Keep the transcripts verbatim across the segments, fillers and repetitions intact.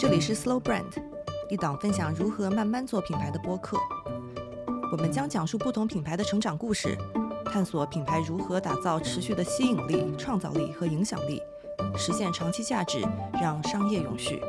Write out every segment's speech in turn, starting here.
这里是 Slow Brand， 一档分享如何慢慢做品牌的播客。我们将讲述不同品牌的成长故事，探索品牌如何打造持续的吸引力、创造力和影响力，实现长期价值，让商业永续。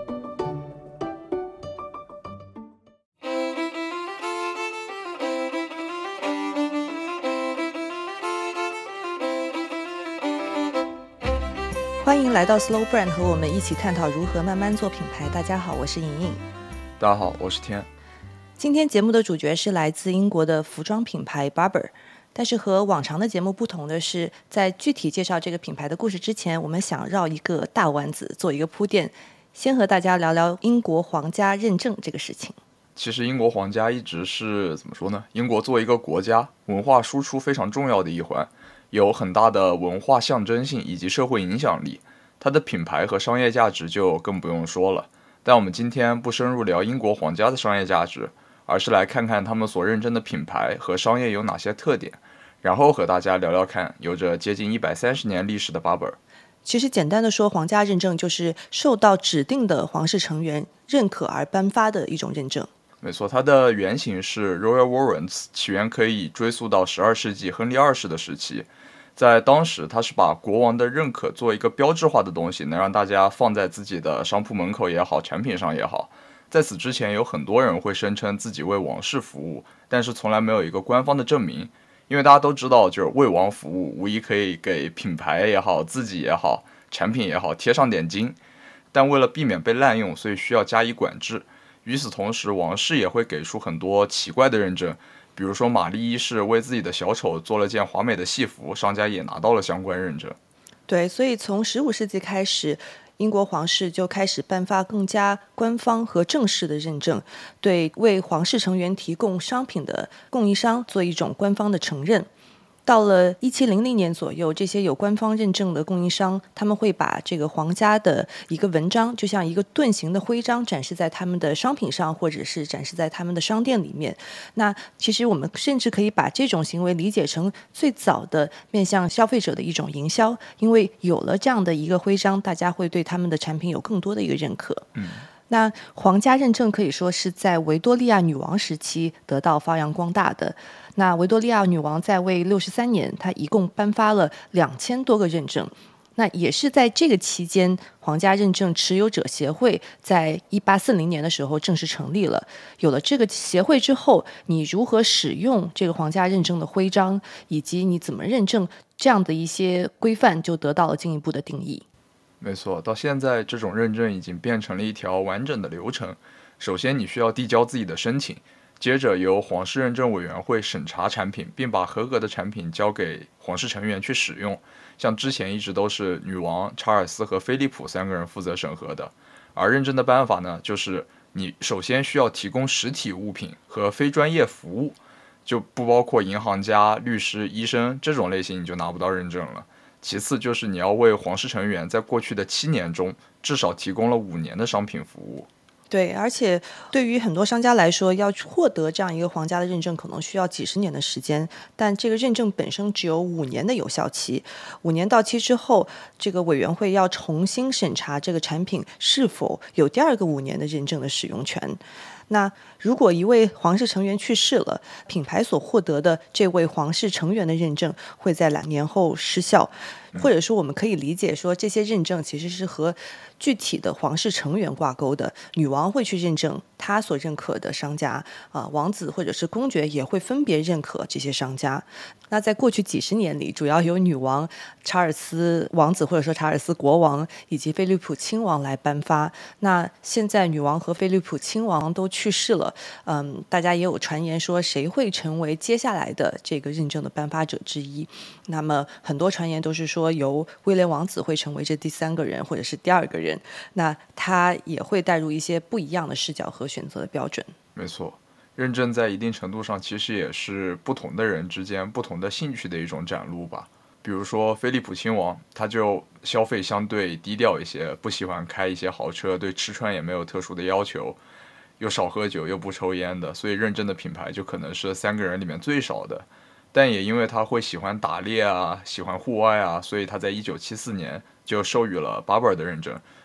欢迎来到 Slow Brand， 和我们一起探讨如何慢慢做品牌。大家好，我是莹莹。 大家好，我是天。 今天节目的主角是来自英国的服装品牌 Barbour， 但是和往常的节目不同的是，在具体介绍这个品牌的故事之前，我们想绕一个大弯子，做一个铺垫，先和大家聊聊英国皇家认证这个事情。 其实英国皇家一直是怎么说呢？英国作为一个国家，文化输出非常重要的一环，有很大的文化象征性以及社会影响力，它的品牌和商业价值就更不用说了。但我们今天不深入聊英国皇家的商业价值，而是来看看他们所认证的品牌和商业有哪些特点，然后和大家聊聊看有着接近一百三十年历史的 Barbour。 其实简单的说，皇家认证就是受到指定的皇室成员认可而颁发的一种认证。 没错，它的原型是 Royal Warrants， 起源可以追溯到十二世纪亨利二世的时期。在当时，它是把国王的认可做一个标志化的东西，能让大家放在自己的商铺门口也好，产品上也好。在此之前，有很多人会声称自己为王室服务，但是从来没有一个官方的证明。因为大家都知道，就是为王服务，无疑可以给品牌也好，自己也好，产品也好贴上点金。但为了避免被滥用，所以需要加以管制。与此同时，王室也会给出很多奇怪的认证，比如说玛丽一世为自己的小丑做了件华美的戏服，商家也拿到了相关认证。 对，所以从十五世纪开始，英国皇室就开始颁发更加官方和正式的认证，对为皇室成员提供商品的供应商做一种官方的承认。到了一七零零年左右，这些有官方认证的供应商，他们会把这个皇家的一个文章，就像一个盾形的徽章，展示在他们的商品上，或者是展示在他们的商店里面。那其实我们甚至可以把这种行为理解成最早的面向消费者的一种营销，因为有了这样的一个徽章，大家会对他们的产品有更多的一个认可。 嗯。 那皇家认证可以说是在维多利亚女王时期得到发扬光大的。那维多利亚女王在位六十三年，她一共颁发了两千多个认证。那也是在这个期间，皇家认证持有者协会在一八四零年的时候正式成立了。有了这个协会之后，你如何使用这个皇家认证的徽章，以及你怎么认证，这样的一些规范就得到了进一步的定义。 没错，到现在这种认证已经变成了一条完整的流程。首先你需要递交自己的申请，接着由皇室认证委员会审查产品，并把合格的产品交给皇室成员去使用。像之前一直都是女王、查尔斯和菲利普三个人负责审核的。而认证的办法呢，就是你首先需要提供实体物品和非专业服务，就不包括银行家、律师、医生这种类型，你就拿不到认证了。其次就是你要为皇室成员在过去的七年中至少提供了五年的商品服务。 对，而且对于很多商家来说，要获得这样一个皇家的认证可能需要几十年的时间，但这个认证本身只有五年的有效期。五年到期之后，这个委员会要重新审查这个产品是否有第二个五年的认证的使用权。那如果一位皇室成员去世了，品牌所获得的这位皇室成员的认证会在两年后失效，或者说我们可以理解说，这些认证其实是和具体的皇室成员挂钩的。女王会去认证她所认可的商家，啊，王子或者是公爵也会分别认可这些商家。那在过去几十年里，主要由女王、查尔斯王子或者说查尔斯国王以及菲利普亲王来颁发。那现在女王和菲利普亲王都去世了，嗯，大家也有传言说谁会成为接下来的这个认证的颁发者之一。那么很多传言都是说由威廉王子会成为这第三个人或者是第二个人，那他也会带入一些不一样的视角和选择的标准。 没错，认证在一定程度上其实也是不同的人之间不同的兴趣的一种展露吧。比如说菲利普亲王，他就消费相对低调一些，不喜欢开一些豪车，对吃穿也没有特殊的要求，又少喝酒又不抽烟的，所以认证的品牌就可能是三个人里面最少的。但也因为他会喜欢打猎啊，喜欢户外啊，所以他在一九七四年就授予了 Barbour 的认证，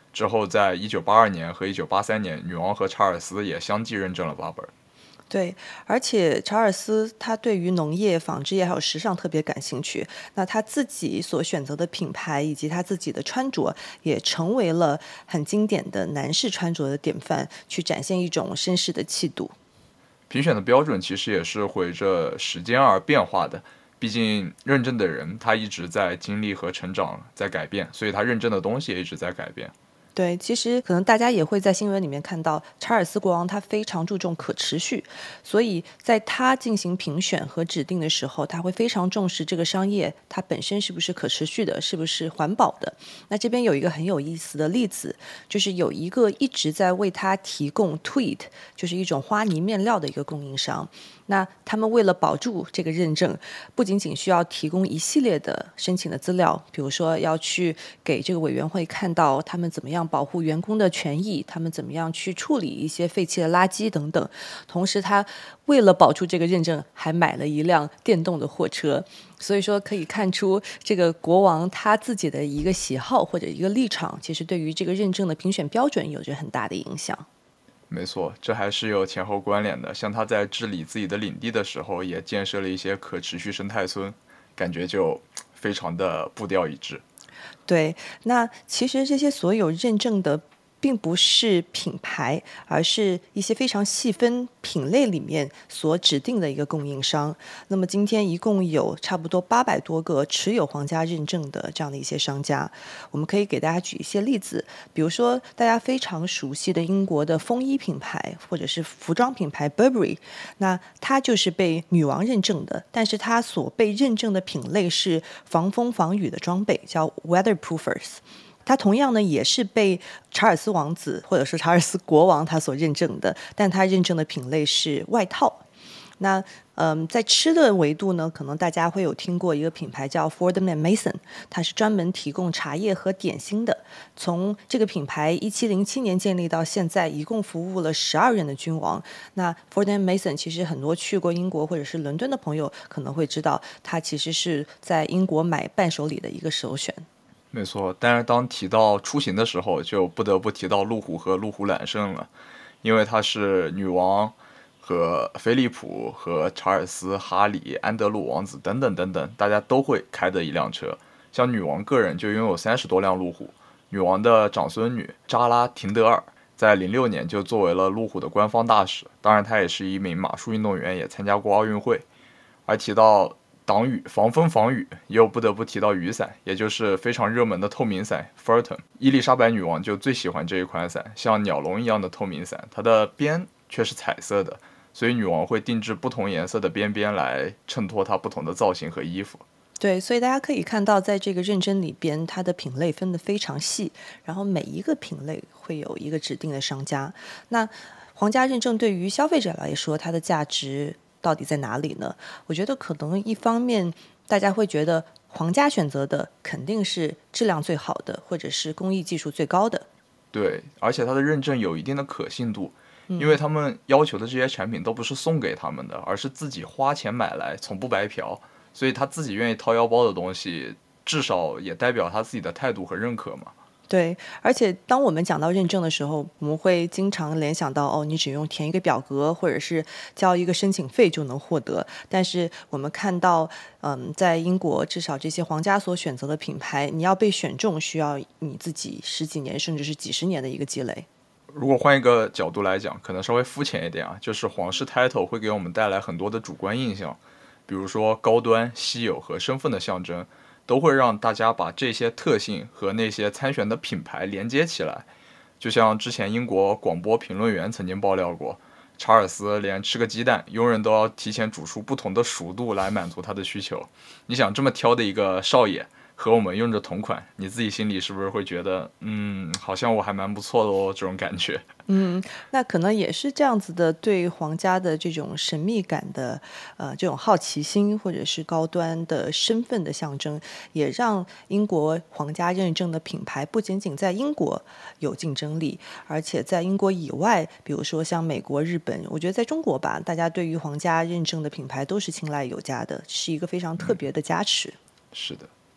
之后在一九八二年和一九八三年，女王和查尔斯也相继认证了 Barbour。 对，而且查尔斯他对于农业、纺织业还有时尚特别感兴趣，那他自己所选择的品牌以及他自己的穿着，也成为了很经典的男士穿着的典范，去展现一种绅士的气度。 评选的标准其实也是随着时间而变化的，毕竟认证的人他一直在经历和成长，在改变，所以他认证的东西也一直在改变。 对，其实可能大家也会在新闻里面看到，查尔斯国王他非常注重可持续，所以在他进行评选和指定的时候，他会非常重视这个商业它本身是不是可持续的，是不是环保的。那这边有一个很有意思的例子，就是有一个一直在为他提供 tweed， 就是一种花呢面料的一个供应商。那他们为了保住这个认证，不仅仅需要提供一系列的申请的资料，比如说要去给这个委员会看到他们怎么样保护员工的权益，他们怎么样去处理一些废弃的垃圾等等。同时他为了保住这个认证，还买了一辆电动的货车。所以说可以看出这个国王他自己的一个喜好或者一个立场，其实对于这个认证的评选标准有着很大的影响。 没错，这还是有前后关联的。像他在治理自己的领地的时候，也建设了一些可持续生态村，感觉就非常的步调一致。 对，那其实这些所有认证的并不是品牌，而是一些非常细分品类里面所指定的一个供应商。那么今天一共有差不多八百多个持有皇家认证的这样的一些商家，我们可以给大家举一些例子，比如说大家非常熟悉的英国的风衣品牌或者是服装品牌 Burberry， 那它就是被女王认证的，但是它所被认证的品类是防风防雨的装备，叫 Weatherproofers。它同样呢也是被查尔斯王子或者是查尔斯国王他所认证的，但他认证的品类是外套。那嗯，在吃的维度呢，可能大家会有听过一个品牌叫 Fortnum and Mason， 它是专门提供茶叶和点心的。从这个品牌一七零七年建立到现在，一共服务了十二任的君王。那 Fortnum and Mason 其实很多去过英国或者是伦敦的朋友可能会知道，它其实是在英国买伴手礼的一个首选。 没错，但是当提到出行的时候，就不得不提到路虎和路虎揽胜了，因为它是女王和菲利普和查尔斯、哈里、安德鲁王子等等等等，大家都会开的一辆车。像女王个人就拥有三十多辆路虎，女王的长孙女扎拉廷德尔在零六年就作为了路虎的官方大使，当然她也是一名马术运动员，也参加过奥运会。而提到挡雨、防风防雨，也有不得不提到雨伞，也就是非常热门的透明伞 Furton。伊丽莎白女王就最喜欢这一款伞，像鸟笼一样的透明伞，它的边却是彩色的，所以女王会定制不同颜色的边边来衬托她不同的造型和衣服。 对，所以大家可以看到，在这个认证里边，它的品类分得非常细，然后每一个品类会有一个指定的商家。那皇家认证对于消费者来说，它的价值到底在哪里呢？我觉得可能一方面大家会觉得皇家选择的肯定是质量最好的，或者是工艺技术最高的。 对，而且它的认证有一定的可信度，因为他们要求的这些产品都不是送给他们的，而是自己花钱买来，从不白嫖，所以他自己愿意掏腰包的东西，至少也代表他自己的态度和认可嘛。 对，而且当我们讲到认证的时候，我们会经常联想到哦，你只用填一个表格，或者是交一个申请费就能获得。但是我们看到，嗯，在英国至少这些皇家所选择的品牌，你要被选中，需要你自己十几年甚至是几十年的一个积累。 如果换一个角度来讲，可能稍微肤浅一点啊，就是皇室 title 会给我们带来很多的主观印象，比如说高端、稀有和身份的象征，都会让大家把这些特性和那些参选的品牌连接起来。就像之前英国广播评论员曾经爆料过，查尔斯连吃个鸡蛋，佣人都要提前煮出不同的熟度来满足他的需求。你想这么挑的一个少爷和我们用着同款，你自己心里是不是会觉得，嗯，好像我还蛮不错的哦，这种感觉？ 嗯，那可能也是这样子的，对皇家的这种神秘感的，呃，这种好奇心，或者是高端的身份的象征，也让英国皇家认证的品牌不仅仅在英国有竞争力，而且在英国以外，比如说像美国、日本，我觉得在中国吧，大家对于皇家认证的品牌都是青睐有加的，是一个非常特别的加持。 是的。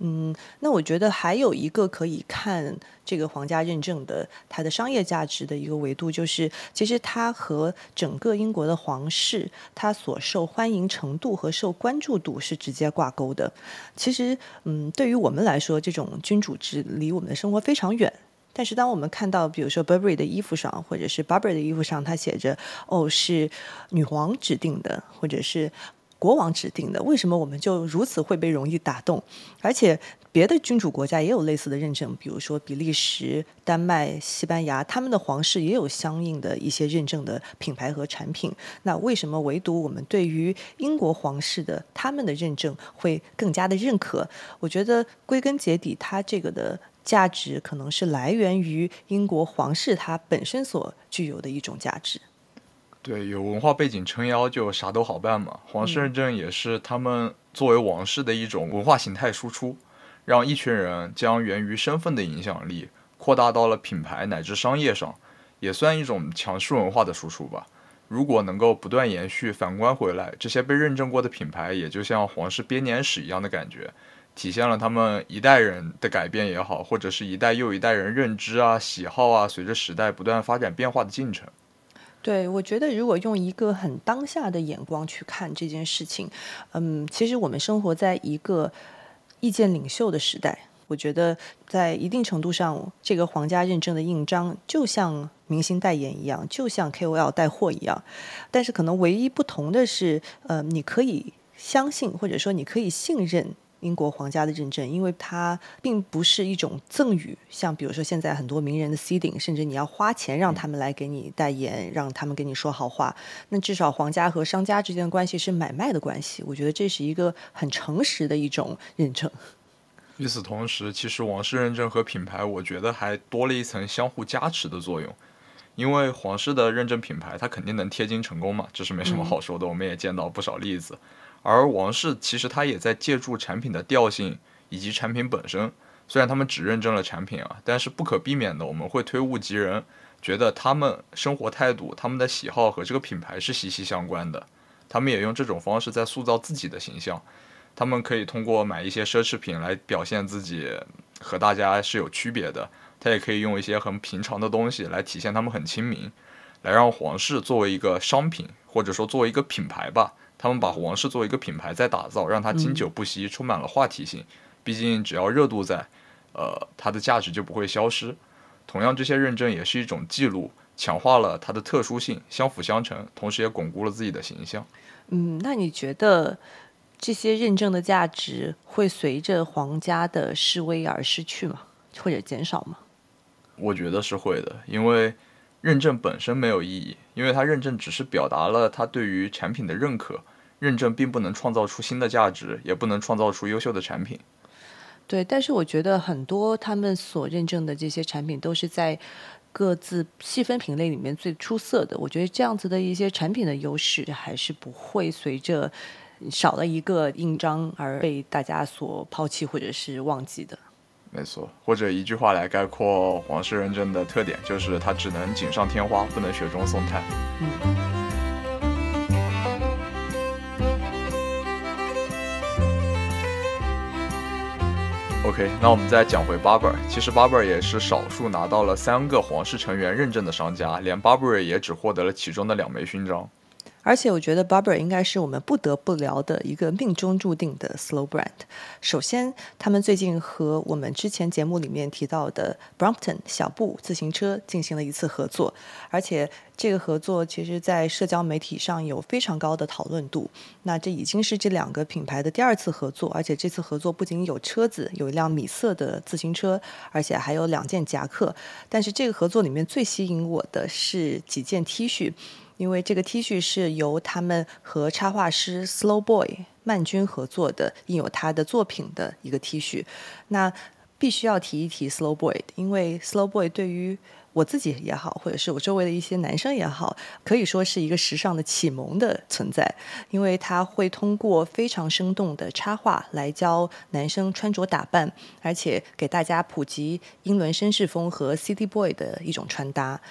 嗯，那我觉得还有一个可以看这个皇家认证的它的商业价值的一个维度，就是其实它和整个英国的皇室它所受欢迎程度和受关注度是直接挂钩的。其实，嗯，对于我们来说，这种君主制离我们的生活非常远。但是当我们看到比如说 Burberry 的衣服上或者是 Burberry 的衣服上它写着哦是女皇指定的或者是国王指定的，为什么我们就如此会被容易打动？而且别的君主国家也有类似的认证，比如说比利时、丹麦、西班牙，他们的皇室也有相应的一些认证的品牌和产品。那为什么唯独我们对于英国皇室的他们的认证会更加的认可？我觉得归根结底，它这个的价值可能是来源于英国皇室它本身所具有的一种价值。 对，有文化背景撑腰就啥都好办嘛。皇室认证也是他们作为王室的一种文化形态输出，让一群人将源于身份的影响力扩大到了品牌乃至商业上，也算一种强势文化的输出吧。如果能够不断延续，反观回来，这些被认证过的品牌也就像皇室编年史一样的感觉，体现了他们一代人的改变也好，或者是一代又一代人认知啊、喜好啊，随着时代不断发展变化的进程。 对，我觉得如果用一个很当下的眼光去看这件事情，嗯，其实我们生活在一个意见领袖的时代。我觉得在一定程度上，这个皇家认证的印章就像明星代言一样，就像 K O L 带货一样。但是可能唯一不同的是，呃，你可以相信或者说你可以信任英国皇家的认证，因为它并不是一种赠与，像比如说现在很多名人的 seeding， 甚至你要花钱让他们来给你代言，让他们给你说好话。那至少皇家和商家之间的关系是买卖的关系，我觉得这是一个很诚实的一种认证。 与此同时，其实王室认证和品牌我觉得还多了一层相互加持的作用。因为皇室的认证品牌它肯定能贴金成功嘛，这是没什么好说的，我们也见到不少例子。而王室其实它也在借助产品的调性以及产品本身，虽然他们只认证了产品啊，但是不可避免的我们会推物及人，觉得他们生活态度、他们的喜好和这个品牌是息息相关的。他们也用这种方式在塑造自己的形象，他们可以通过买一些奢侈品来表现自己和大家是有区别的，他也可以用一些很平常的东西来体现他们很亲民，来让皇室作为一个商品或者说作为一个品牌吧，他们把皇室作为一个品牌在打造，让它经久不息，充满了话题性。毕竟只要热度在，呃，它的价值就不会消失。同样，这些认证也是一种记录，强化了它的特殊性，相辅相成，同时也巩固了自己的形象。 嗯，那你觉得这些认证的价值会随着皇家的示威而失去吗？或者减少吗？ 我觉得是会的，因为认证本身没有意义，因为它认证只是表达了它对于产品的认可，认证并不能创造出新的价值，也不能创造出优秀的产品。 对，但是我觉得很多他们所认证的这些产品都是在各自细分品类里面最出色的。我觉得这样子的一些产品的优势还是不会随着少了一个印章而被大家所抛弃或者是忘记的。 没错，或者一句话来概括皇室认证的特点，就是它只能锦上添花，不能雪中送炭。 嗯。 OK， 那我们再讲回 Barbour， 其实 Barbour 也是少数拿到了三个皇室成员认证的商家，连 Burberry 也只获得了其中的两枚勋章。 而且我觉得 Burberry 应该是我们不得不聊的一个命中注定的 slow brand。首先，他们最近和我们之前节目里面提到的 Brompton 小布自行车进行了一次合作，而且这个合作其实在社交媒体上有非常高的讨论度。那这已经是这两个品牌的第二次合作，而且这次合作不仅有车子，有一辆米色的自行车，而且还有两件夹克。但是这个合作里面最吸引我的是几件 T 恤。因为这个 T 恤是由他们和插画师 Slow Boy 曼君合作的，印有他的作品的一个 T 恤。那必须要提一提 Slow Boy， 因为 Slow Boy 对于我自己也好，或者是我周围的一些男生也好，可以说是一个时尚的启蒙的存在。因为他会通过非常生动的插画来教男生穿着打扮，而且给大家普及英伦绅士风和 City Boy 的一种穿搭。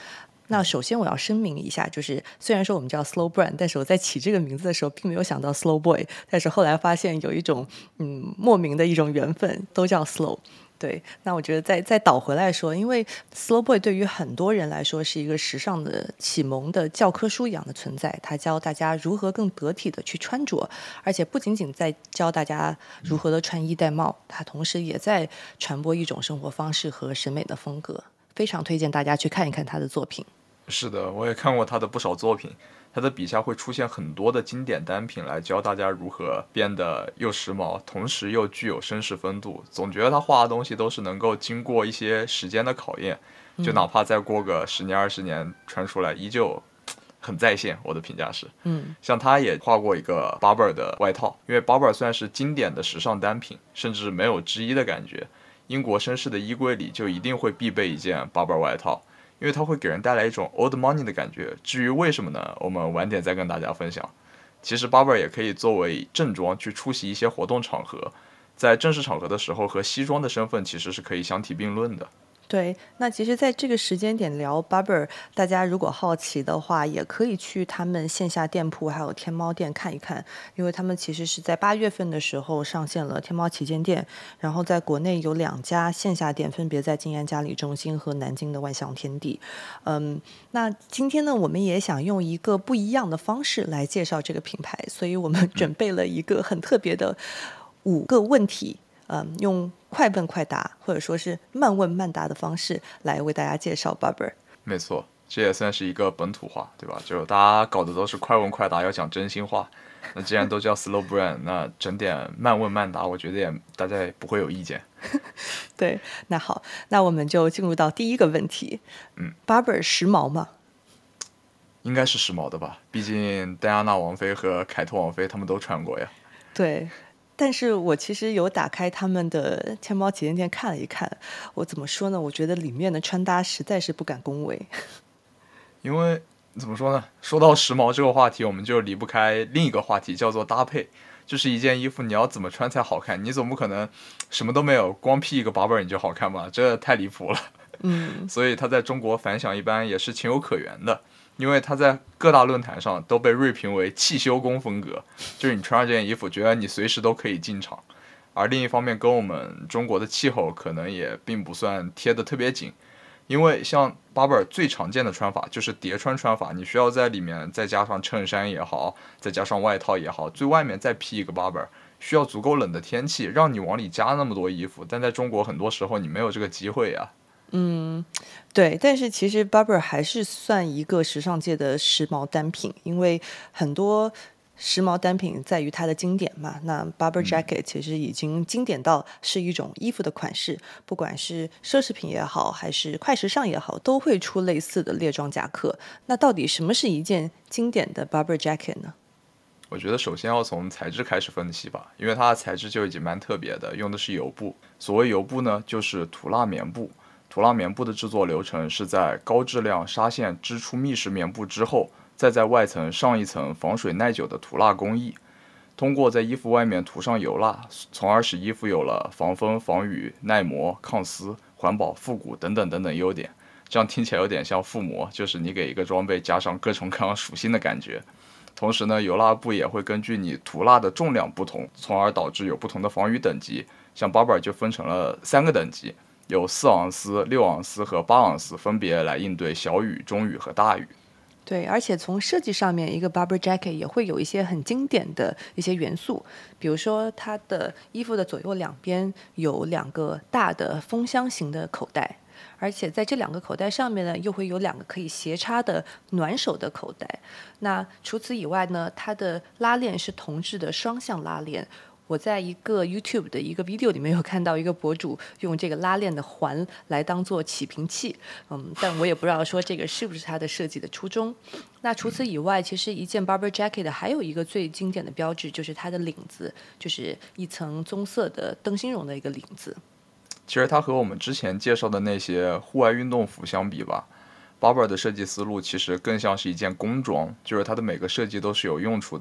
那首先我要声明一下，就是虽然说我们叫 Slow Brand， 但是我在起这个名字的时候并没有想到 Slow Boy， 但是后来发现有一种嗯莫名的一种缘分，都叫 Slow。对，那我觉得再再倒回来说，因为 Slow Boy 对于很多人来说是一个时尚的启蒙的教科书一样的存在，它教大家如何更得体的去穿着，而且不仅仅在教大家如何的穿衣戴帽，它同时也在传播一种生活方式和审美的风格。非常推荐大家去看一看他的作品。 是的，我也看过他的不少作品，他的笔下会出现很多的经典单品来教大家如何变得又时髦，同时又具有绅士风度。总觉得他画的东西都是能够经过一些时间的考验，就哪怕再过个十年二十年穿出来依旧很在线。我的评价是， 嗯， 像他也画过一个 Barbour 的外套，因为 Barbour 算是经典的时尚单品，甚至没有之一的感觉。英国绅士的衣柜里就一定会必备一件 Barbour 外套，因为它会给人带来一种 old money 的感觉。至于为什么呢，我们晚点再跟大家分享。其实 Barbour 也可以作为正装去出席一些活动场合，在正式场合的时候和西装的身份其实是可以相提并论的。 对，那其实在这个时间点聊 Barbour， 大家如果好奇的话，也可以去他们线下店铺还有天猫店看一看，因为他们其实是在八月份的时候上线了天猫旗舰店，然后在国内有两家线下店，分别在静安嘉里中心和南京的万象天地。嗯，那今天呢，我们也想用一个不一样的方式来介绍这个品牌，所以我们准备了一个很特别的五个问题。嗯，用快问快答或者说是慢问慢答的方式来为大家介绍 Barbour。 没错，这也算是一个本土化，对吧？就大家搞的都是快问快答，要讲真心话。那既然都叫 Slow Brand， 那整点慢问慢答，我觉得也大家也不会有意见。 对，那好，那我们就进入到第一个问题。 嗯 Barbour 时髦吗？ 应该是时髦的吧，毕竟戴安娜王妃和凯特王妃他们都穿过呀。 对，但是我其实有打开他们的天猫旗舰店看了一看，我怎么说呢？我觉得里面的穿搭实在是不敢恭维。 因为怎么说呢？说到时髦这个话题，我们就离不开另一个话题，叫做搭配。就是一件衣服你要怎么穿才好看？你总不可能什么都没有，光披一个 Barbour 你就好看吧？这太离谱了。 嗯， 所以它在中国反响一般也是情有可原的。因为它在各大论坛上都被锐评为汽修工风格，就是你穿上这件衣服，觉得你随时都可以进场。而另一方面，跟我们中国的气候可能也并不算贴得特别紧，因为像 Barbour 最常见的穿法就是叠穿穿法，你需要在里面再加上衬衫也好，再加上外套也好，最外面再披一个 Barbour， 需要足够冷的天气让你往里加那么多衣服，但在中国很多时候你没有这个机会呀。 嗯，对，但是其实 Barbour 还是算一个时尚界的时髦单品，因为很多时髦单品在于它的经典嘛。那 Barbour Jacket 其实已经经典到是一种衣服的款式，不管是奢侈品也好，还是快时尚也好，都会出类似的列装夹克。那到底什么是一件经典的 Barbour Jacket 呢？ 我觉得首先要从材质开始分析吧，因为它的材质就已经蛮特别的，用的是油布。所谓油布呢，就是涂蜡棉布。涂蜡棉布的制作流程是在高质量纱线织出密实棉布之后，再在外层上一层防水耐久的涂蜡工艺，通过在衣服外面涂上油蜡，从而使衣服有了防风、防雨、耐磨、抗丝、环保、复古等等等等优点。这样听起来有点像附魔，就是你给一个装备加上各种各样属性的感觉。同时呢，油蜡布也会根据你涂蜡的重量不同，从而导致有不同的防雨等级。像 Barbour 就分成了三个等级，有四盎司、六盎司和八盎司，分别来应对小雨、中雨和大雨。 对，而且从设计上面，一个 Barbour Jacket 也会有一些很经典的一些元素，比如说它的衣服的左右两边有两个大的风箱型的口袋，而且在这两个口袋上面呢，又会有两个可以斜插的暖手的口袋。那除此以外呢，它的拉链是铜制的双向拉链。我在一个 YouTube 的一个 video 里面有看到一个博主用这个拉链的环来当做起瓶器，嗯，但我也不知道说这个是不是它的设计的初衷。那除此以外，其实一件 Barbour Jacket 还有一个最经典的标志，就是它的领子，就是一层棕色的灯芯绒的一个领子。 其实它和我们之前介绍的那些户外运动服相比吧， Barbour 的设计思路其实更像是一件工装，就是它的每个设计都是有用处的，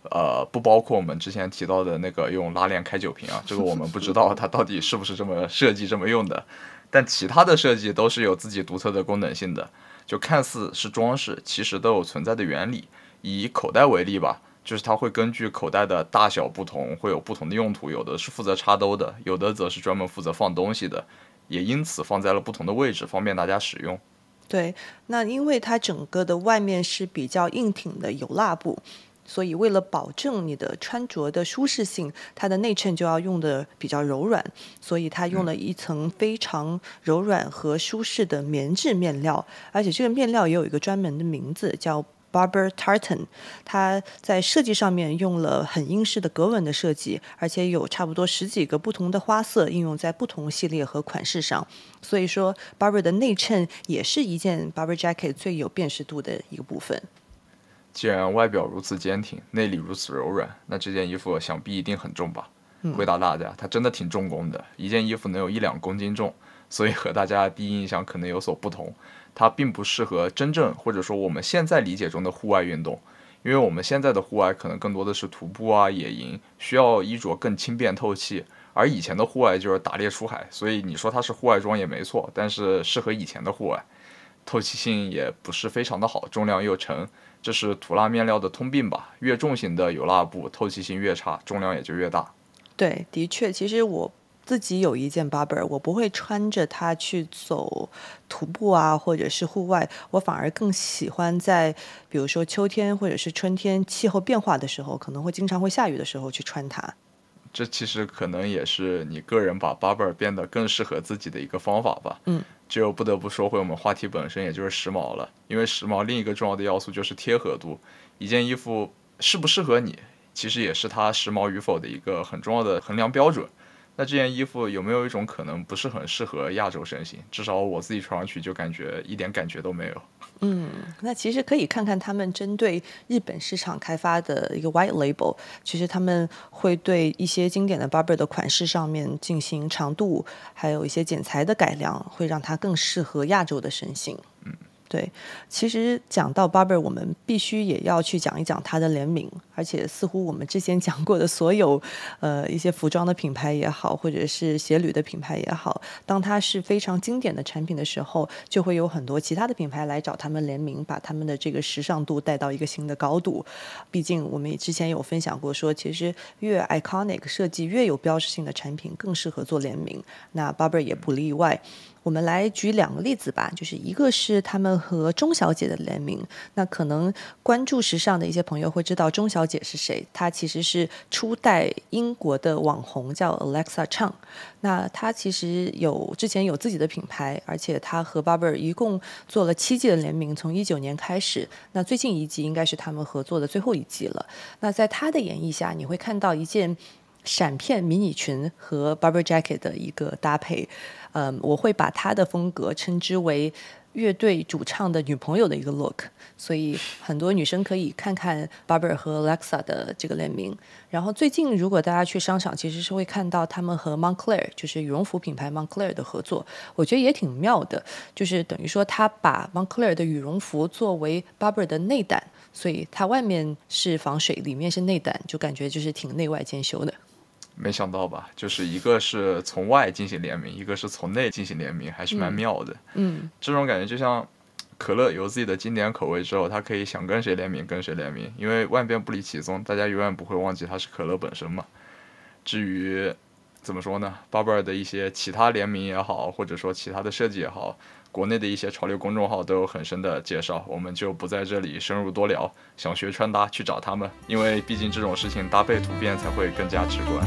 呃，不包括我们之前提到的那个用拉链开酒瓶啊，这个我们不知道它到底是不是这么设计这么用的，但其他的设计都是有自己独特的功能性的，就看似是装饰，其实都有存在的原理。以口袋为例吧，就是它会根据口袋的大小不同，会有不同的用途，有的是负责插兜的，有的则是专门负责放东西的，也因此放在了不同的位置，方便大家使用。 对，那因为它整个的外面是比较硬挺的有蜡布，所以为了保证你的穿着的舒适性，它的内衬就要用的比较柔软，所以它用了一层非常柔软和舒适的棉质面料，而且这个面料也有一个专门的名字叫Barbour Tartan， 它在设计上面用了很英式的格纹的设计，而且有差不多十几个不同的花色应用在不同系列和款式上。所以说 Barbour 的内衬也是一件 Barbour Jacket 最有辨识度的一个部分。 既然外表如此坚挺，内里如此柔软，那这件衣服想必一定很重吧？ 嗯、 回答大家，它真的挺重工的，一件衣服能有一两公斤重，所以和大家的第一印象可能有所不同。它并不适合真正或者说我们现在理解中的户外运动，因为我们现在的户外可能更多的是徒步啊、野营，需要衣着更轻便透气，而以前的户外就是打猎出海，所以你说它是户外装也没错，但是适合以前的户外，透气性也不是非常的好，重量又沉，这是涂蜡面料的通病吧？越重型的有蜡布，透气性越差，重量也就越大。 对，的确，其实我自己有一件 Barbour， 我不会穿着它去走徒步啊，或者是户外，我反而更喜欢在比如说秋天或者是春天气候变化的时候，可能会经常会下雨的时候去穿它。 这其实可能也是你个人把 Barbour 变得更适合自己的一个方法吧。 嗯， 就不得不说回我们话题本身，也就是时髦了。因为时髦另一个重要的要素就是贴合度，一件衣服适不适合你，其实也是它时髦与否的一个很重要的衡量标准。那这件衣服有没有一种可能不是很适合亚洲身形？至少我自己穿上去就感觉一点感觉都没有。 嗯，那其实可以看看他们针对日本市场开发的一个 white label， 其实他们会对一些经典的 Barbour 的款式上面进行长度，还有一些剪裁的改良，会让它更适合亚洲的身形。 嗯。 对，其实讲到 Barbour， 我们必须也要去讲一讲它的联名，而且似乎我们之前讲过的所有呃一些服装的品牌也好，或者是鞋履的品牌也好，当它是非常经典的产品的时候，就会有很多其他的品牌来找他们联名，把他们的这个时尚度带到一个新的高度。毕竟我们之前有分享过说，其实越 iconic 设计越有标志性的产品更适合做联名，那 Barbour 也不例外。我们来举两个例子吧，就是一个是他们和钟小姐的联名，那可能关注时尚的一些朋友会知道钟小姐是谁，她其实是初代英国的网红，叫 Alexa Chung。那她其实有之前有自己的品牌，而且她和 Barbour 一共做了七季的联名，从一九年开始，那最近一季应该是他们合作的最后一季了。那在她的演绎下，你会看到一件闪片迷你裙和 Barbour Jacket 的一个搭配，嗯，我会把她的风格称之为乐队主唱的女朋友的一个 look， 所以很多女生可以看看 Barbour 和 Alexa 的这个联名。然后最近如果大家去商场，其实是会看到他们和 Moncler 就是羽绒服品牌 Moncler 的合作，我觉得也挺妙的，就是等于说他把 Moncler 的羽绒服作为 Barbour 的内胆，所以它外面是防水，里面是内胆，就感觉就是挺内外兼修的。 没想到吧，就是一个是从外进行联名，一个是从内进行联名，还是蛮妙的。 嗯， 这种感觉就像可乐有自己的经典口味之后，它可以想跟谁联名跟谁联名，因为万变不离其宗，大家永远不会忘记它是可乐本身嘛。至于怎么说呢， Barbour 的一些其他联名也好，或者说其他的设计也好，国内的一些潮流公众号都有很深的介绍，我们就不在这里深入多聊。想学穿搭去找他们，因为毕竟这种事情搭配图片才会更加直观。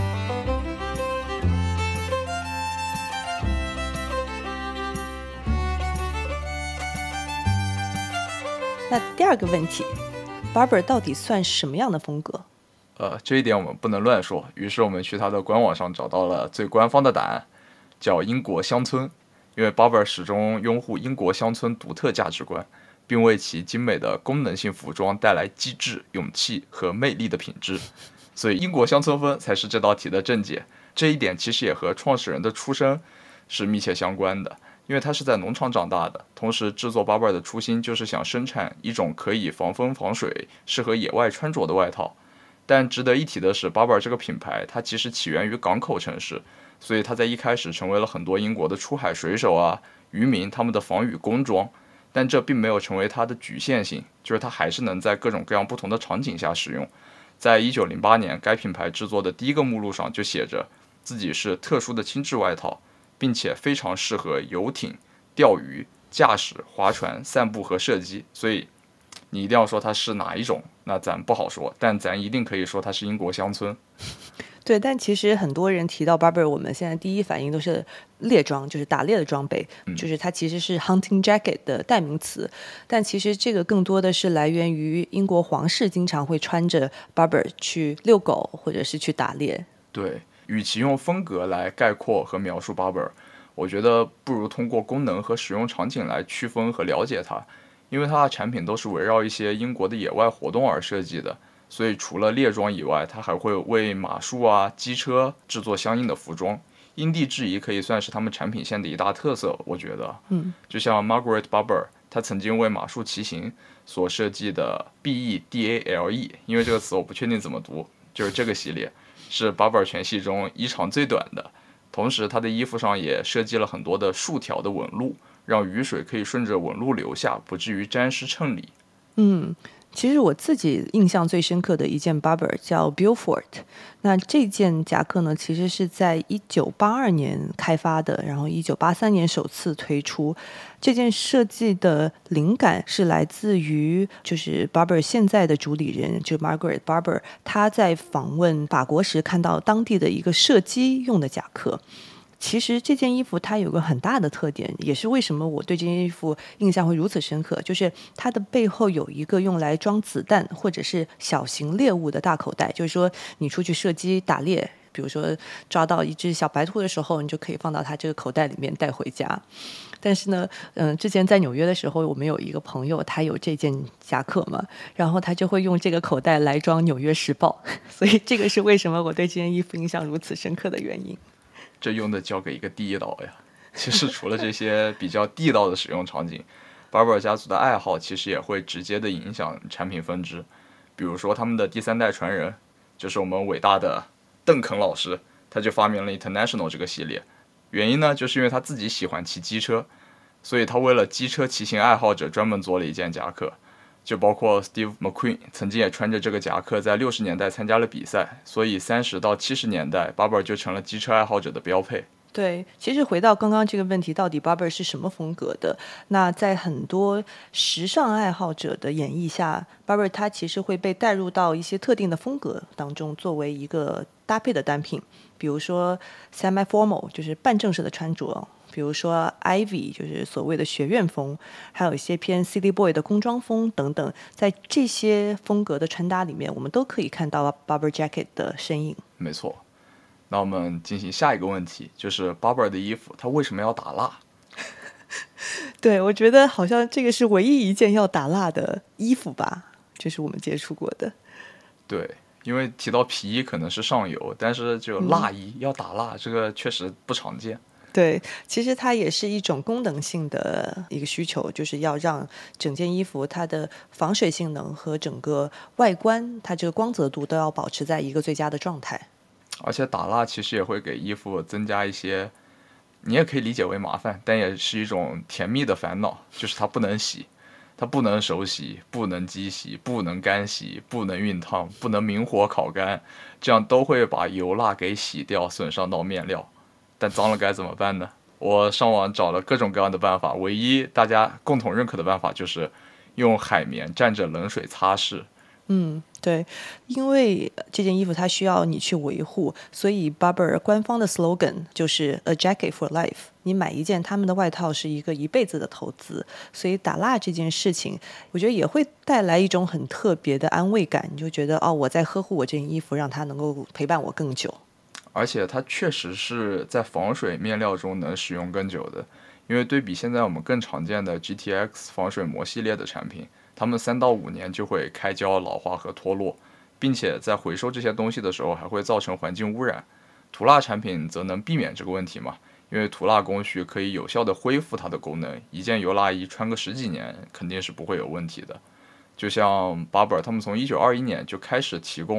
那第二个问题 Barbour 到底算什么样的风格？ 呃，这一点我们不能乱说，于是我们去它的官网上找到了最官方的答案，叫英国乡村。因为 Barbour 始终拥护英国乡村独特价值观，并为其精美的功能性服装带来机智、勇气和魅力的品质，所以英国乡村风才是这道题的正解。这一点其实也和创始人的出身是密切相关的，因为他是在农场长大的，同时制作 Barbour 的初心就是想生产一种可以防风防水、适合野外穿着的外套。 但值得一提的是 Barbour 这个品牌它其实起源于港口城市，所以它在一开始成为了很多英国的出海水手啊、渔民他们的防雨工装，但这并没有成为它的局限性，就是它还是能在各种各样不同的场景下使用。在一九零八年，该品牌制作的第一个目录上就写着自己是特殊的轻质外套，并且非常适合游艇、钓鱼、驾驶、划船、散步和射击。所以你一定要说它是哪一种，那咱不好说，但咱一定可以说它是英国乡村。 对，但其实很多人提到 Barbour， 我们现在第一反应都是猎装，就是打猎的装备， 嗯、 就是它其实是 hunting jacket 的代名词。但其实这个更多的是来源于英国皇室经常会穿着 Barbour 去遛狗或者是去打猎。 对，与其用风格来概括和描述 Barbour， 我觉得不如通过功能和使用场景来区分和了解它，因为它的产品都是围绕一些英国的野外活动而设计的。所以除了猎装以外，它还会为马术啊、机车制作相应的服装。因地制宜可以算是他们产品线的一大特色，我觉得。 嗯， 就像 Margaret Barbour， 她曾经为马术骑行所设计的 B E D A L E， 因为这个词我不确定怎么读，就是这个系列是 Barbour 全系中衣长最短的。同时，它的衣服上也设计了很多的竖条的纹路，让雨水可以顺着纹路流下，不至于沾湿衬里。 嗯。其实我自己印象最深刻的一件 Barbour 叫 Beaufort， 那这件夹克呢，其实是在一九八二年开发的，然后一九八三年首次推出。这件设计的灵感是来自于就是 Barbour 现在的主理人，就 Margaret Barbour， 她在访问法国时看到当地的一个射击用的夹克。其实这件衣服它有个很大的特点，也是为什么我对这件衣服印象会如此深刻，就是它的背后有一个用来装子弹或者是小型猎物的大口袋，就是说你出去射击打猎，比如说抓到一只小白兔的时候，你就可以放到它这个口袋里面带回家。但是呢，嗯，之前在纽约的时候，我们有一个朋友，他有这件夹克嘛，然后他就会用这个口袋来装《纽约时报》，所以这个是为什么我对这件衣服印象如此深刻的原因。 这用的交给一个地道呀。其实除了这些比较地道的使用场景，Barbour 家族的爱好其实也会直接的影响产品分支。比如说他们的第三代传人，就是我们伟大的邓肯老师，他就发明了 International 这个系列。原因呢，就是因为他自己喜欢骑机车，所以他为了机车骑行爱好者专门做了一件夹克。就包括 Steve McQueen 曾经也穿着这个夹克在六十年代参加了比赛，所以三十到七十年代 Barbour 就成了机车爱好者的标配。 对，其实回到刚刚这个问题，到底 Barbour 是什么风格的？那在很多时尚爱好者的演绎下， Barbour 它其实会被带入到一些特定的风格当中，作为一个搭配的单品。比如说 semi-formal 就是半正式的穿着，比如说 Ivy 就是所谓的学院风，还有一些偏 City Boy 的工装风等等，在这些风格的穿搭里面，我们都可以看到 Barbour Jacket 的身影。 没错。那我们进行下一个问题，就是 Barbour 的衣服它为什么要打蜡？ 对，我觉得好像这个是唯一一件要打蜡的衣服吧，就是我们接触过的。 对，因为提到皮衣可能是上游，但是就蜡衣要打蜡，嗯、这个确实不常见。 对，其实它也是一种功能性的一个需求，就是要让整件衣服它的防水性能和整个外观它这个光泽度都要保持在一个最佳的状态。 而且打蜡其实也会给衣服增加一些，你也可以理解为麻烦，但也是一种甜蜜的烦恼，就是它不能洗，它不能手洗，不能机洗，不能干洗，不能熨烫，不能明火烤干，这样都会把油蜡给洗掉，损伤到面料。但脏了该怎么办呢？我上网找了各种各样的办法，唯一大家共同认可的办法就是用海绵蘸着冷水擦拭。 嗯，对，因为这件衣服它需要你去维护，所以 Barbour 官方的 slogan 就是 A Jacket for Life。你买一件他们的外套是一个一辈子的投资，所以打蜡这件事情，我觉得也会带来一种很特别的安慰感。你就觉得哦，我在呵护我这件衣服，让它能够陪伴我更久。 而且它确实是在防水面料中能使用更久的，因为对比现在我们更常见的 G T X 防水膜系列的产品，它们三到五年就会开胶、老化和脱落，并且在回收这些东西的时候还会造成环境污染。涂蜡产品则能避免这个问题嘛，因为涂蜡工序可以有效的恢复它的功能，一件油蜡衣穿个十几年肯定是不会有问题的。就像 Barbour 他们从一九二一年就开始提供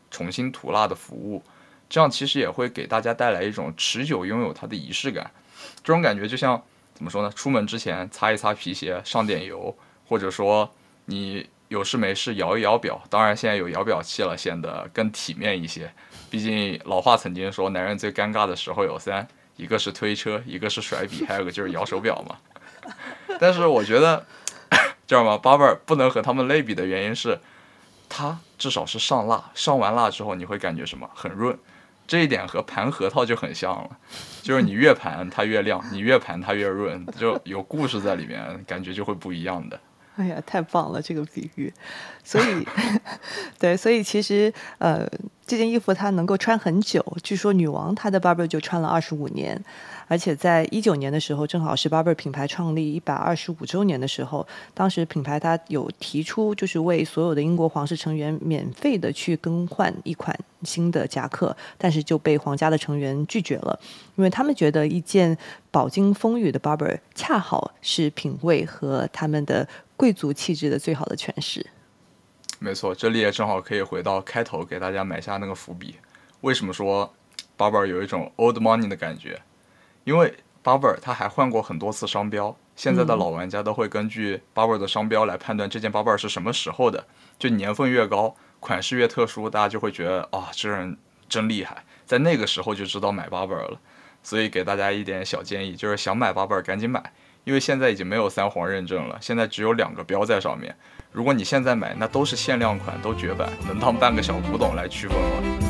重新涂蜡的服务，这样其实也会给大家带来一种持久拥有它的仪式感。这种感觉就像怎么说呢？出门之前擦一擦皮鞋，上点油，或者说你有事没事摇一摇表。当然现在有摇表器了，显得更体面一些。毕竟老话曾经说，男人最尴尬的时候有三，一个是推车，一个是甩笔，还有个就是摇手表嘛。但是我觉得知道吗 Barbour 不能和他们类比的原因是，它至少是上蜡，上完蜡之后你会感觉什么？很润。这一点和盘核桃就很像了，就是你越盘它越亮，你越盘它越润，就有故事在里面，感觉就会不一样的。 哎呀，太棒了这个比喻。所以对，所以其实呃这件衣服它能够穿很久，据说女王她的 Barbour 就穿了二十五年。而且在一九年的时候，正好是 Barbour 品牌创立一百二十五周年的时候，当时品牌它有提出，就是为所有的英国皇室成员免费的去更换一款新的夹克，但是就被皇家的成员拒绝了，因为他们觉得一件饱经风雨的 Barbour 恰好是品味和他们的贵族气质的最好的诠释。 没错，这里也正好可以回到开头给大家埋下那个伏笔。为什么说 Barbour 有一种 old money 的感觉？因为 Barbour 它还换过很多次商标，现在的老玩家都会根据 Barbour 的商标来判断这件 Barbour 是什么时候的，就年份越高，款式越特殊，大家就会觉得啊、哦，这人真厉害，在那个时候就知道买 Barbour 了。所以给大家一点小建议，就是想买 Barbour 赶紧买，因为现在已经没有三黄认证了，现在只有两个标在上面。如果你现在买，那都是限量款，都绝版，能当半个小古董来区分吗？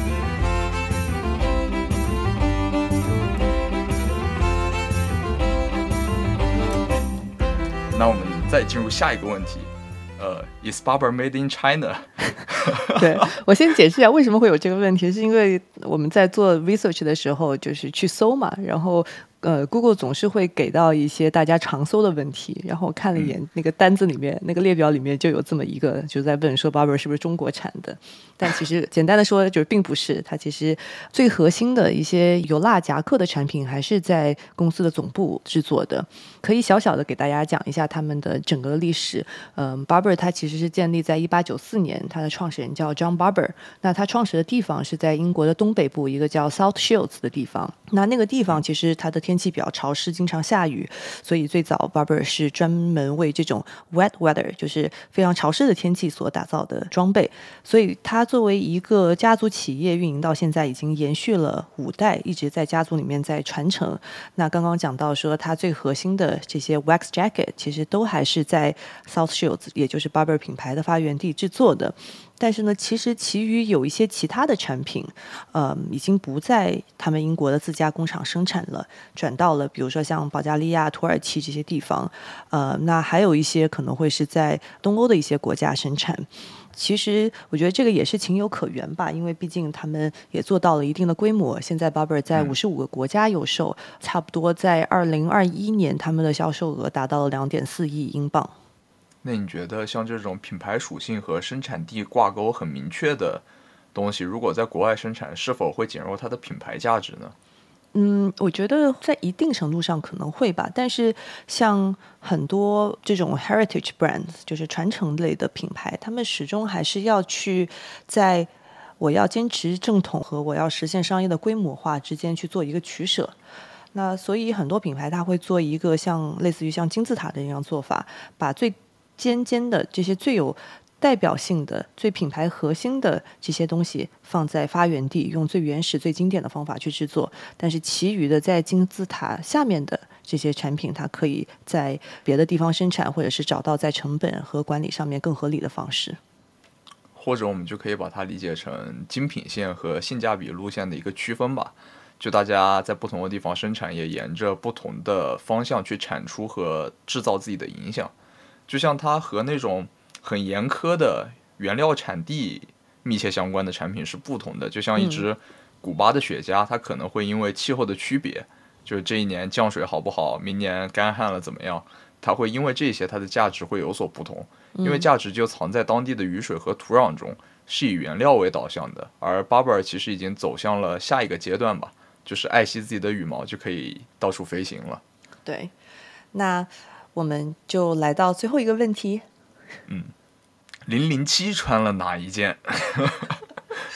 那我们再进入下一个问题，呃 ，Is Barbour made in China？ 对，我先解释一下为什么会有这个问题，是因为我们在做 research 的时候，就是去搜嘛，然后呃 Google 总是会给到一些大家常搜的问题，然后我看了一眼那个单子里面，那个列表里面就有这么一个，就在问说 Barbour 是不是中国产的，但其实简单的说就是并不是，它其实最核心的一些有蜡夹克的产品还是在公司的总部制作的。可以小小的给大家讲一下他们的整个历史。嗯 Barbour 它其实是建立在一八九四年，它的创始人叫 John Barbour， 那他创始的地方是在英国的东北部一个叫 South Shields 的地方，那那个地方其实它的天气比较潮湿，经常下雨，所以最早 Barbour 是专门为这种 wet weather 就是非常潮湿的天气所打造的装备，所以它作为一个家族企业运营到现在已经延续了五代，一直在家族里面在传承。那刚刚讲到说它最核心的这些 wax jacket 其实都还是在 South Shields 也就是 Barbour 品牌的发源地制作的，但是呢其实其余有一些其他的产品呃，已经不在他们英国的自家工厂生产了，转到了比如说像保加利亚、土耳其这些地方，呃，那还有一些可能会是在东欧的一些国家生产。其实我觉得这个也是情有可原吧，因为毕竟他们也做到了一定的规模，现在 Barbour 在五十五个国家有售，差不多在二零二一年他们的销售额达到了两点四亿英镑。 那你觉得像这种品牌属性和生产地挂钩很明确的东西，如果在国外生产，是否会减弱它的品牌价值呢？ 嗯，我觉得在一定程度上可能会吧，但是像很多这种 heritage brands 就是传承类的品牌，他们始终还是要去在我要坚持正统和我要实现商业的规模化之间去做一个取舍。那所以很多品牌它会做一个像类似于像金字塔的这样做法，把最尖尖的这些最有代表性的最品牌核心的这些东西放在发源地，用最原始最经典的方法去制作，但是其余的在金字塔下面的这些产品它可以在别的地方生产，或者是找到在成本和管理上面更合理的方式。 或者我们就可以把它理解成精品线和性价比路线的一个区分吧，就大家在不同的地方生产，也沿着不同的方向去产出和制造自己的影响。就像它和那种很严苛的原料产地密切相关的产品是不同的，就像一支古巴的雪茄，它可能会因为气候的区别，就是这一年降水好不好，明年干旱了怎么样，它会因为这些它的价值会有所不同，因为价值就藏在当地的雨水和土壤中，是以原料为导向的。而 Barbour 其实已经走向了下一个阶段吧，就是爱惜自己的羽毛就可以到处飞行了。 对，那我们就来到最后一个问题。 嗯，零零七穿了哪一件？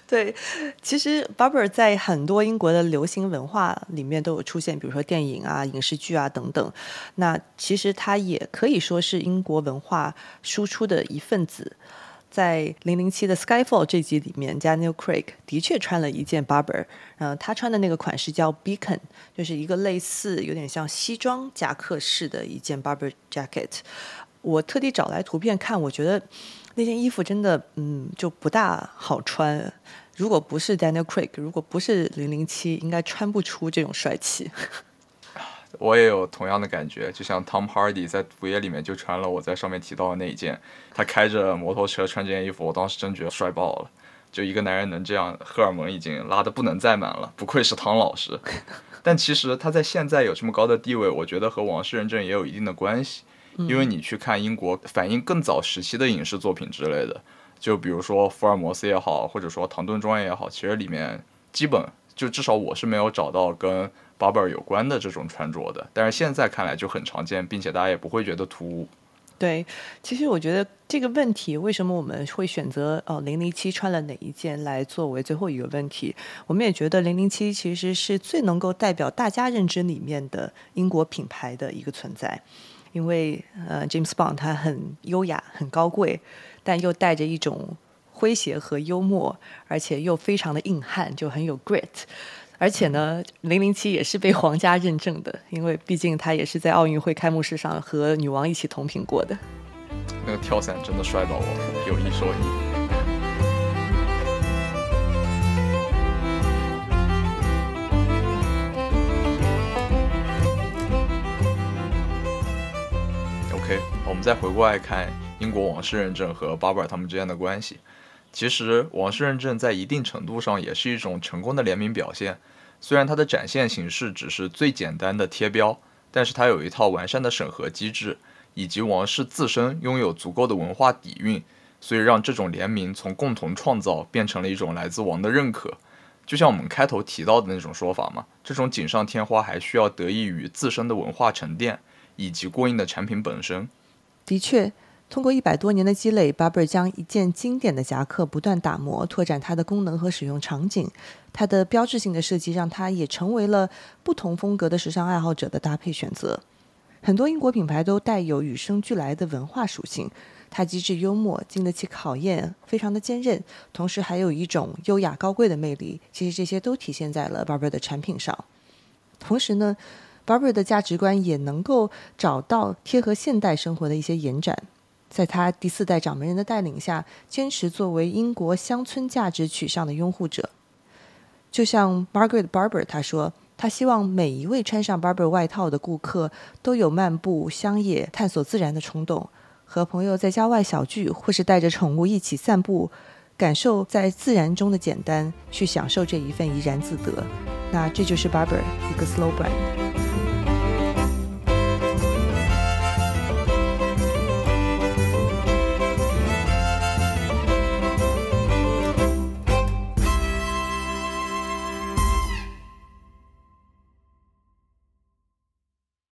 对，其实 Barbour 在很多英国的流行文化里面都有出现，比如说电影啊、影视剧啊等等。那其实它也可以说是英国文化输出的一份子。在零零七的 Skyfall 这集里面 Daniel Craig 的确穿了一件 Barbour，呃，他穿的那个款式叫 Beacon， 就是一个类似有点像西装夹克式的一件 Barbour jacket。我特地找来图片看，我觉得那件衣服真的嗯就不大好穿。如果不是 Daniel Craig， 如果不是零零七，应该穿不出这种帅气。 我也有同样的感觉，就像 Tom Hardy 在毒液里面就穿了我在上面提到的那一件，他开着摩托车穿这件衣服，我当时真觉得帅爆了。就一个男人能这样，荷尔蒙已经拉得不能再满了，不愧是汤老师。但其实他在现在有这么高的地位，我觉得和王室认证也有一定的关系。因为你去看英国反映更早时期的影视作品之类的，就比如说福尔摩斯也好，或者说唐顿庄园也好，其实里面基本就至少我是没有找到跟Barbour有关的这种穿着的，但是现在看来就很常见，并且大家也不会觉得突兀。 对，其实我觉得这个问题为什么我们会选择哦零零七穿了哪一件来作为最后一个问题，我们也觉得零零七其实是最能够代表大家认知里面的英国品牌的一个存在。因为呃 James Bond 他很优雅很高贵，但又带着一种诙谐和幽默，而且又非常的硬汉，就很有 grit。而且呢零零七也是被皇家认证的，因为毕竟他也是在奥运会开幕式上和女王一起同品过的。 那个跳伞真的帅到我，有一说一。OK， 我们再回过来看英国王室认证和 Barbour 他们之间的关系。其实王室认证在一定程度上也是一种成功的联名表现，虽然它的展现形式只是最简单的贴标，但是它有一套完善的审核机制，以及王室自身拥有足够的文化底蕴，所以让这种联名从共同创造变成了一种来自王的认可。就像我们开头提到的那种说法嘛，这种锦上添花还需要得益于自身的文化沉淀以及过硬的产品本身。 的确，通过一百多年的积累， Barbour 将一件经典的夹克不断打磨，拓展它的功能和使用场景。它的标志性的设计让它也成为了不同风格的时尚爱好者的搭配选择。很多英国品牌都带有与生俱来的文化属性，它机智幽默，经得起考验，非常的坚韧，同时还有一种优雅高贵的魅力。其实这些都体现在了 Barbour 的产品上。同时呢Barbour 的价值观也能够找到贴合现代生活的一些延展，在他第四代掌门人的带领下，坚持作为英国乡村价值取向的拥护者。就像 Margaret Barbour 他说，他希望每一位穿上 Barbour 外套的顾客都有漫步乡野探索自然的冲动，和朋友在郊外小聚，或是带着宠物一起散步，感受在自然中的简单，去享受这一份怡然自得。那这就是 Barbour 一个 slow brand。